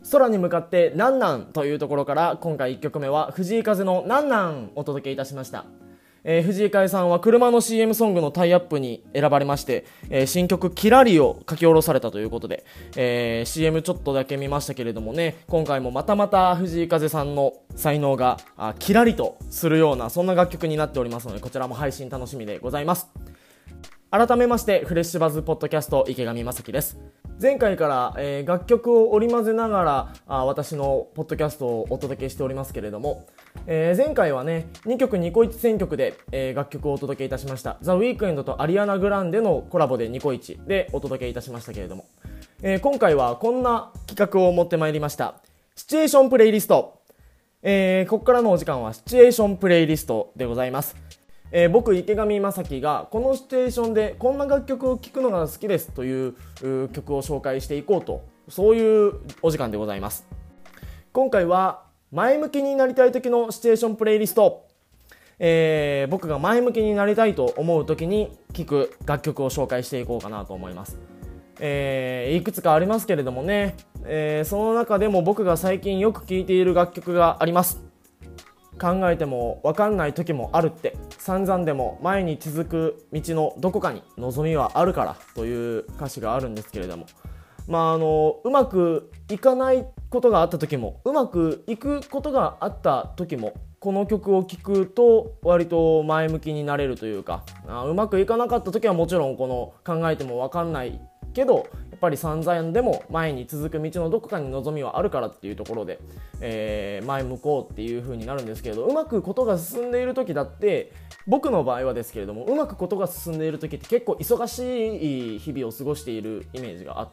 空に向かってなんなんというところから、今回1曲目は藤井風のなんなんをお届けいたしました。藤井風さんは車の CM ソングのタイアップに選ばれまして、新曲キラリを書き下ろされたということで、CM ちょっとだけ見ましたけれどもね、今回もまたまた藤井風さんの才能がキラリとするような、そんな楽曲になっておりますので、こちらも配信楽しみでございます。改めましてフレッシュバズポッドキャスト池上正樹です。前回から、楽曲を織り交ぜながら私のポッドキャストをお届けしておりますけれども、前回はね2曲ニコイチ選曲で、楽曲をお届けいたしました。ザ・ウィークエンドとアリアナ・グランデのコラボでニコイチでお届けいたしましたけれども、今回はこんな企画を持ってまいりました。シチュエーションプレイリスト。ここからのお時間はシチュエーションプレイリストでございます。僕池上正樹がこのシチュエーションでこんな楽曲を聴くのが好きですという曲を紹介していこうと、そういうお時間でございます。今回は前向きになりたい時のシチュエーションプレイリスト。僕が前向きになりたいと思う時に聴く楽曲を紹介していこうかなと思います。いくつかありますけれどもね、その中でも僕が最近よく聴いている楽曲があります。考えても分かんない時もあるって、散々でも前に続く道のどこかに望みはあるからという歌詞があるんですけれども、うまくいかないことがあった時も、うまくいくことがあった時も、この曲を聴くと割と前向きになれるというか、うまくいかなかった時はもちろんこの考えても分かんないけど、やっぱり散々でも前に続く道のどこかに望みはあるからっていうところで、前向こうっていう風になるんですけれど、うまくことが進んでいる時だって、僕の場合はですけれども、うまくことが進んでいる時って結構忙しい日々を過ごしているイメージがあって、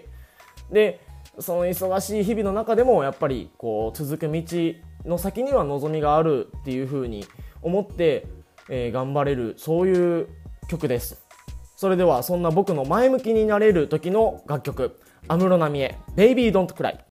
でその忙しい日々の中でもやっぱりこう続く道の先には望みがあるっていう風に思って、頑張れる、そういう曲です。それではそんな僕の前向きになれる時の楽曲、安室奈美恵 Baby Don't Cry。